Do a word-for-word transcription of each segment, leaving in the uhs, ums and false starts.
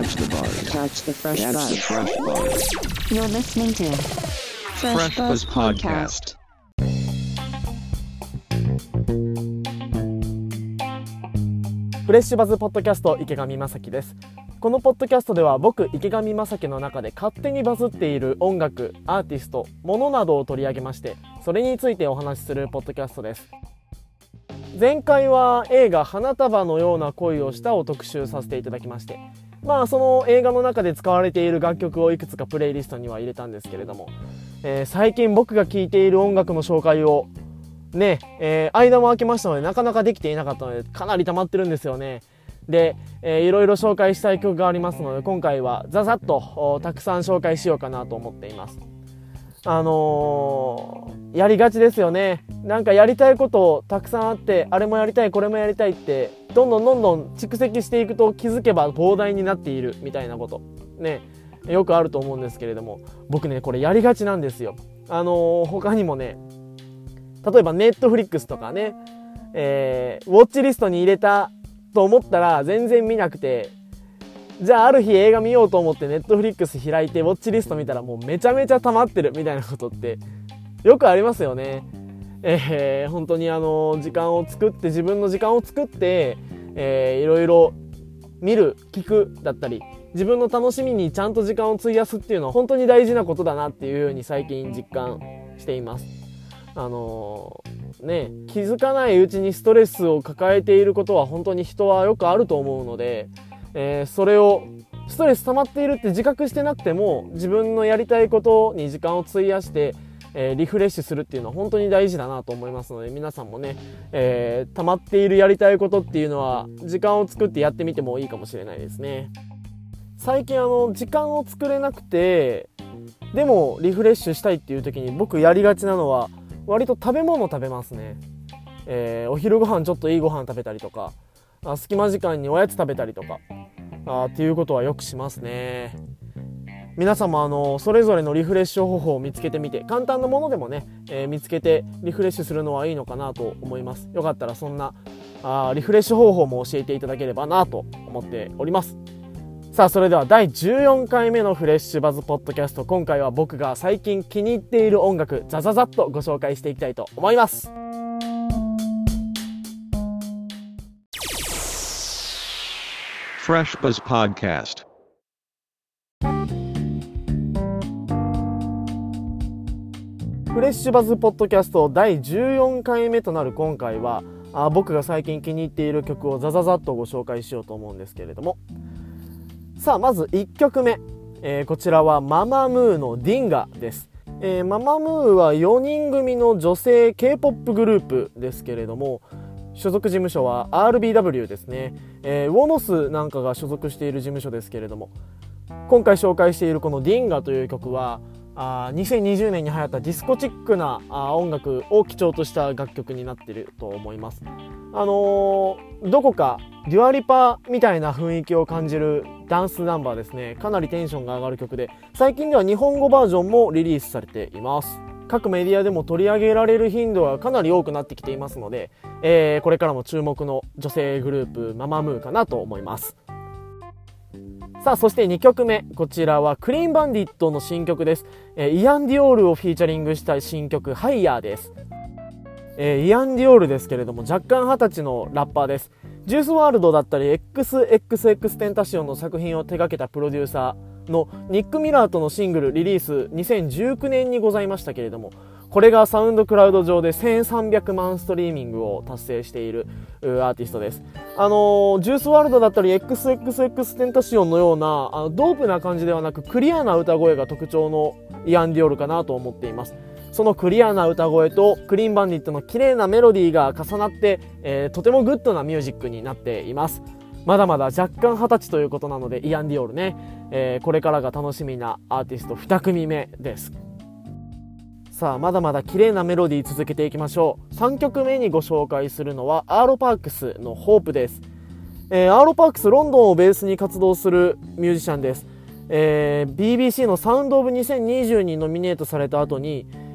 Catch the buzz. Catch the fresh Catch the buzz. fresh buzz. You're listening to Fresh Fresh Buzz Buzz Podcast. Podcast. フレッシュバズポッドキャスト池上正樹です。このポッドキャストでは僕池上正樹の中で勝手にバズっている音楽、アーティスト、ものなどを取り上げまして、それについてお話しするポッドキャストです。前回は映画花束のような恋をしたを特集させていただきまして、まあその映画の中で使われている楽曲をいくつかプレイリストには入れたんですけれども、えー、最近僕が聴いている音楽の紹介をね、えー、間も空けましたのでなかなかできていなかったのでかなり溜まってるんですよね。で、えー、いろいろ紹介したい曲がありますので今回はザザッとたくさん紹介しようかなと思っています。あのー、やりがちですよね。なんかやりたいことたくさんあってあれもやりたいこれもやりたいってどんどんどんどん蓄積していくと気づけば膨大になっているみたいなことねよくあると思うんですけれども、僕ねこれやりがちなんですよ。あのー、他にもね例えばネットフリックスとかね、えー、ウォッチリストに入れたと思ったら全然見なくて、じゃあある日映画見ようと思ってネットフリックス開いてウォッチリスト見たらもうめちゃめちゃ溜まってるみたいなことってよくありますよね。えー、本当にあの時間を作って自分の時間を作って、えー、いろいろ見る聞くだったり自分の楽しみにちゃんと時間を費やすっていうのは本当に大事なことだなっていうふうに最近実感しています。あのー、ね気づかないうちにストレスを抱えていることは本当に人はよくあると思うので、えー、それをストレス溜まっているって自覚してなくても自分のやりたいことに時間を費やして、えー、リフレッシュするっていうのは本当に大事だなと思いますので、皆さんもね、えー、溜まっているやりたいことっていうのは時間を作ってやってみてもいいかもしれないですね。最近あの時間を作れなくてでもリフレッシュしたいっていう時に僕やりがちなのは割と食べ物食べますね。えー、お昼ご飯ちょっといいご飯食べたりとか、あ隙間時間におやつ食べたりとかあっていうことはよくしますね。皆さんもあのそれぞれのリフレッシュ方法を見つけてみて、簡単なものでもね、えー、見つけてリフレッシュするのはいいのかなと思います。よかったらそんなあリフレッシュ方法も教えていただければなと思っております。さあそれではだいじゅうよんかいめのフレッシュバズポッドキャスト、今回は僕が最近気に入っている音楽ザザザッとご紹介していきたいと思います。 Fresh Buzz Podcast. フレッシュバズポッドキャストだいじゅうよんかいめとなる今回はあ僕が最近気に入っている曲をザザザッとご紹介しようと思うんですけれども、さあまずいっきょくめ、えー、こちらはママムーのディンガです。えー、ママムーはよにん組の女性 K-ポップ グループですけれども、所属事務所は アールビーダブリュー ですね。えー、ウォノスなんかが所属している事務所ですけれども、今回紹介しているこのディンガという曲はあにせんにじゅうねんに流行ったディスコチックなあ音楽を基調とした楽曲になっていると思います。あのー、どこかデュアリパみたいな雰囲気を感じるダンスナンバーですね。かなりテンションが上がる曲で、最近では日本語バージョンもリリースされています。各メディアでも取り上げられる頻度がかなり多くなってきていますので、えー、これからも注目の女性グループママムーかなと思います。さあそしてにきょくめ、こちらはクリーンバンディットの新曲です。えー、イアン・ディオールをフィーチャリングした新曲ハイヤーです。えー、イアン・ディオールですけれども若干はたちのラッパーです。ジュースワールドだったり エックスエックスエックス テンタシオンの作品を手掛けたプロデューサーのニック・ミラーとのシングルリリースにせんじゅうきゅうねんにございましたけれども、これがサウンドクラウド上でせんさんびゃくまんストリーミングを達成しているアーティストです。あのー、ジュースワールドだったり エックスエックスエックス テンタシオンのようなあのドープな感じではなくクリアな歌声が特徴のイアン・ディオールかなと思っています。そのクリアな歌声とクリーンバンディットの綺麗なメロディーが重なって、えー、とてもグッドなミュージックになっています。まだまだ若干はたちということなのでイアン・ディオールね、えー、これからが楽しみなアーティストにくみめです。さあまだまだ綺麗なメロディー続けていきましょう。さんきょくめにご紹介するのはアーロパークスのホープです。えー、アーロパークスロンドンをベースに活動するミュージシャンです。えー、ビービーシー のサウンドオブにせんにじゅうにノミネートされた後に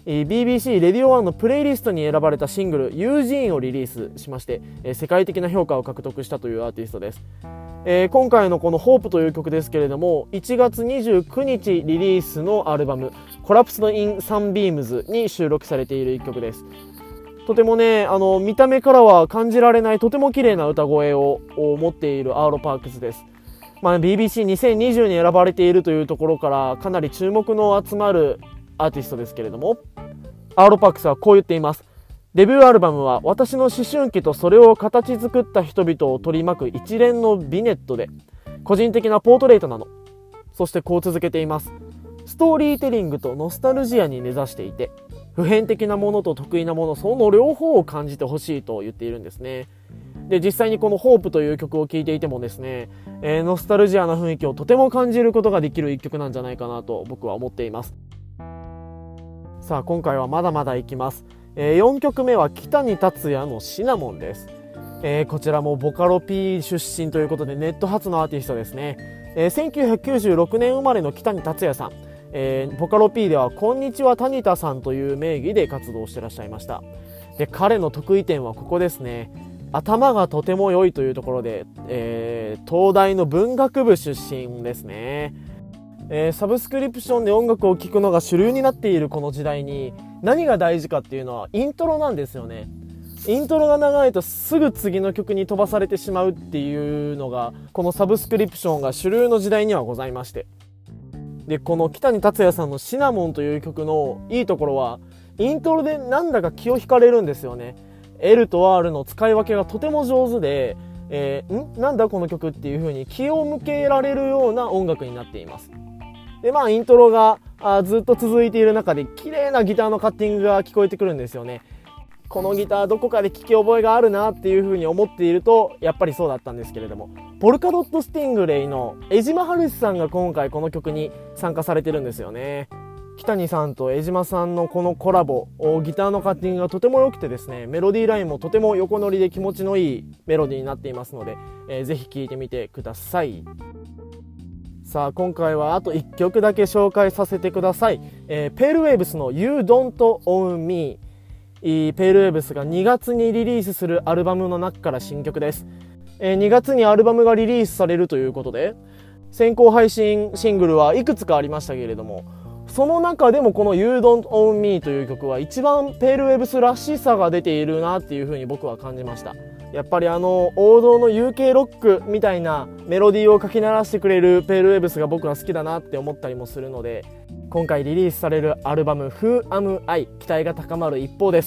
ビービーシー レディオワンのプレイリストに選ばれたシングル「ユージーン」をリリースしまして、世界的な評価を獲得したというアーティストです。えー、今回のこの「ホープ」という曲ですけれども、いちがつにじゅうくにちリリースのアルバム「コラプスド・イン・サンビームズ」に収録されているいっきょくです。とてもね、あの見た目からは感じられないとても綺麗な歌声を持っているアーロ・パークスです。まあ、ビービーシーにせんにじゅう に選ばれているというところからかなり注目の集まるアーティストですけれども、アーロ・パークスはこう言っています。デビューアルバムは私の思春期とそれを形作った人々を取り巻く一連のビネットで個人的なポートレートなの。そしてこう続けています。ストーリーテリングとノスタルジアに根ざしていて、普遍的なものと得意なもの、その両方を感じてほしいと言っているんですね。で、実際にこのホープという曲を聴いていてもですね、えー、ノスタルジアな雰囲気をとても感じることができる一曲なんじゃないかなと僕は思っています。さあ、今回はまだまだいきます。えー、よんきょくめは北に達也のシナモンです。えー、こちらもボカロ P 出身ということでネット初のアーティストですね。えー、せんきゅうひゃくきゅうじゅうろくねん生まれの北に達也さん、えー、ボカロ P ではこんにちはタニタさんという名義で活動してらっしゃいました。で、彼の得意点はここですね。頭がとても良いというところで、えー、東大の文学部出身ですね。えー、サブスクリプションで音楽を聴くのが主流になっているこの時代に何が大事かっていうのはイントロなんですよね。イントロが長いとすぐ次の曲に飛ばされてしまうっていうのがこのサブスクリプションが主流の時代にはございまして、でこの北に達也さんのシナモンという曲のいいところはイントロでなんだか気を引かれるんですよね。 L と R の使い分けがとても上手で、えー、んなんだこの曲っていう風に気を向けられるような音楽になっています。でまあイントロがあずっと続いている中で綺麗なギターのカッティングが聞こえてくるんですよね。このギターどこかで聞き覚えがあるなっていう風に思っているとやっぱりそうだったんですけれども、ポルカドットスティングレイの江島春志さんが今回この曲に参加されてるんですよね。北谷さんと江島さんのこのコラボ、ギターのカッティングがとても良くてですね、メロディーラインもとても横乗りで気持ちのいいメロディーになっていますので、えー、ぜひ聴いてみてください。さあ今回はあといっきょくだけ紹介させてください。えー、ペールウェーブスの You Don't Own Me。 ペールウェーブスがにがつにリリースするアルバムの中から新曲です。えー、にがつにアルバムがリリースされるということで先行配信シングルはいくつかありましたけれども、その中でもこの You Don't Own Me という曲は一番ペールウェーブスらしさが出ているなっていう風に僕は感じました。やっぱりあの王道の ユーケー ロックみたいなメロディーをかき鳴らしてくれるペールウェーブスが僕は好きだなって思ったりもするので、今回リリースされるアルバム Who Am I 期待が高まる一方です。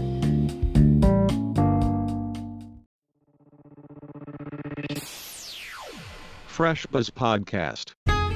Fresh Buzz Podcast。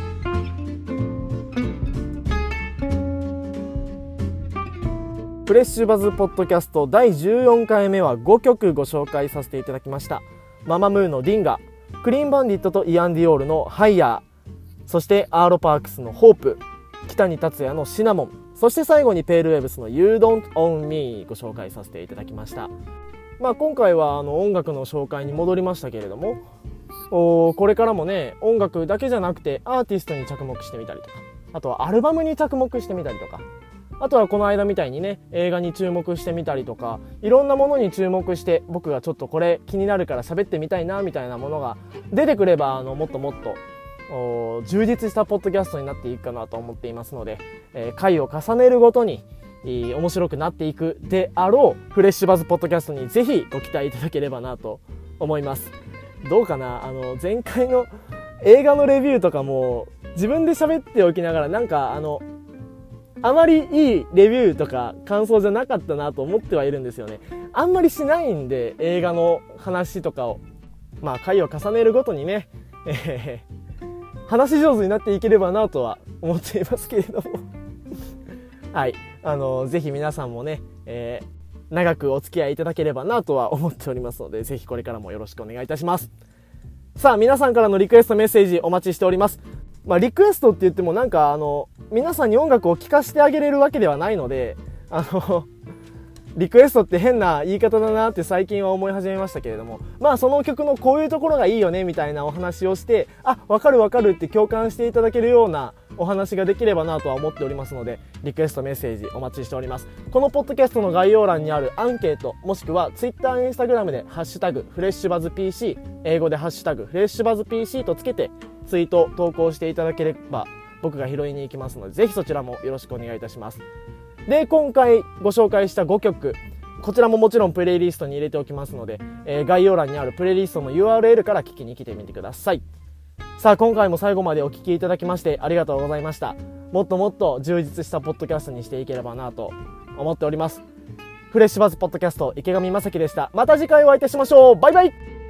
フレッシュバズポッドキャストだいじゅうよんかいめはごきょくご紹介させていただきました。ママムーのディンガ、クリーンバンディットとイアン・ディオールのハイヤー、そしてアーロ・パークスのホープ、北に達也のシナモン、そして最後にペールウェーブスの You Don't Own Me ご紹介させていただきました。まあ、今回はあの音楽の紹介に戻りましたけれども、おこれからもね音楽だけじゃなくてアーティストに着目してみたりとか、あとはアルバムに着目してみたりとか、あとはこの間みたいにね映画に注目してみたりとか、いろんなものに注目して僕がちょっとこれ気になるから喋ってみたいなみたいなものが出てくれば、あのもっともっと充実したポッドキャストになっていくかなと思っていますので、えー、回を重ねるごとに面白くなっていくであろうフレッシュバズポッドキャストにぜひご期待いただければなと思います。どうかな、あの前回の映画のレビューとかも自分で喋っておきながらなんかあのあまりいいレビューとか感想じゃなかったなと思ってはいるんですよね。あんまりしないんで映画の話とかをまあ回を重ねるごとにね、えー、話し上手になっていければなとは思っていますけれどもはい、あのぜひ皆さんもね、えー、長くお付き合いいただければなとは思っておりますので、ぜひこれからもよろしくお願いいたします。さあ皆さんからのリクエストメッセージお待ちしております。まあ、リクエストって言ってもなんかあの皆さんに音楽を聴かせてあげれるわけではないので、あのリクエストって変な言い方だなって最近は思い始めましたけれども、まあその曲のこういうところがいいよねみたいなお話をして、あ、わかるわかるって共感していただけるようなお話ができればなとは思っておりますので、リクエストメッセージお待ちしております。このポッドキャストの概要欄にあるアンケート、もしくは Twitter、Instagram でハッシュタグフレッシュバズ ピーシー、英語でハッシュタグフレッシュバズ ピーシーとつけてツイート投稿していただければ僕が拾いに行きますので、ぜひそちらもよろしくお願いいたします。で、今回ご紹介したごきょく、こちらももちろんプレイリストに入れておきますので、えー、概要欄にあるプレイリストの ユーアールエル から聞きに来てみてください。さあ、今回も最後までお聞きいただきましてありがとうございました。もっともっと充実したポッドキャストにしていければなと思っております。フレッシュバズポッドキャスト池上正樹でした。また次回お会いいたしましょう。バイバイ。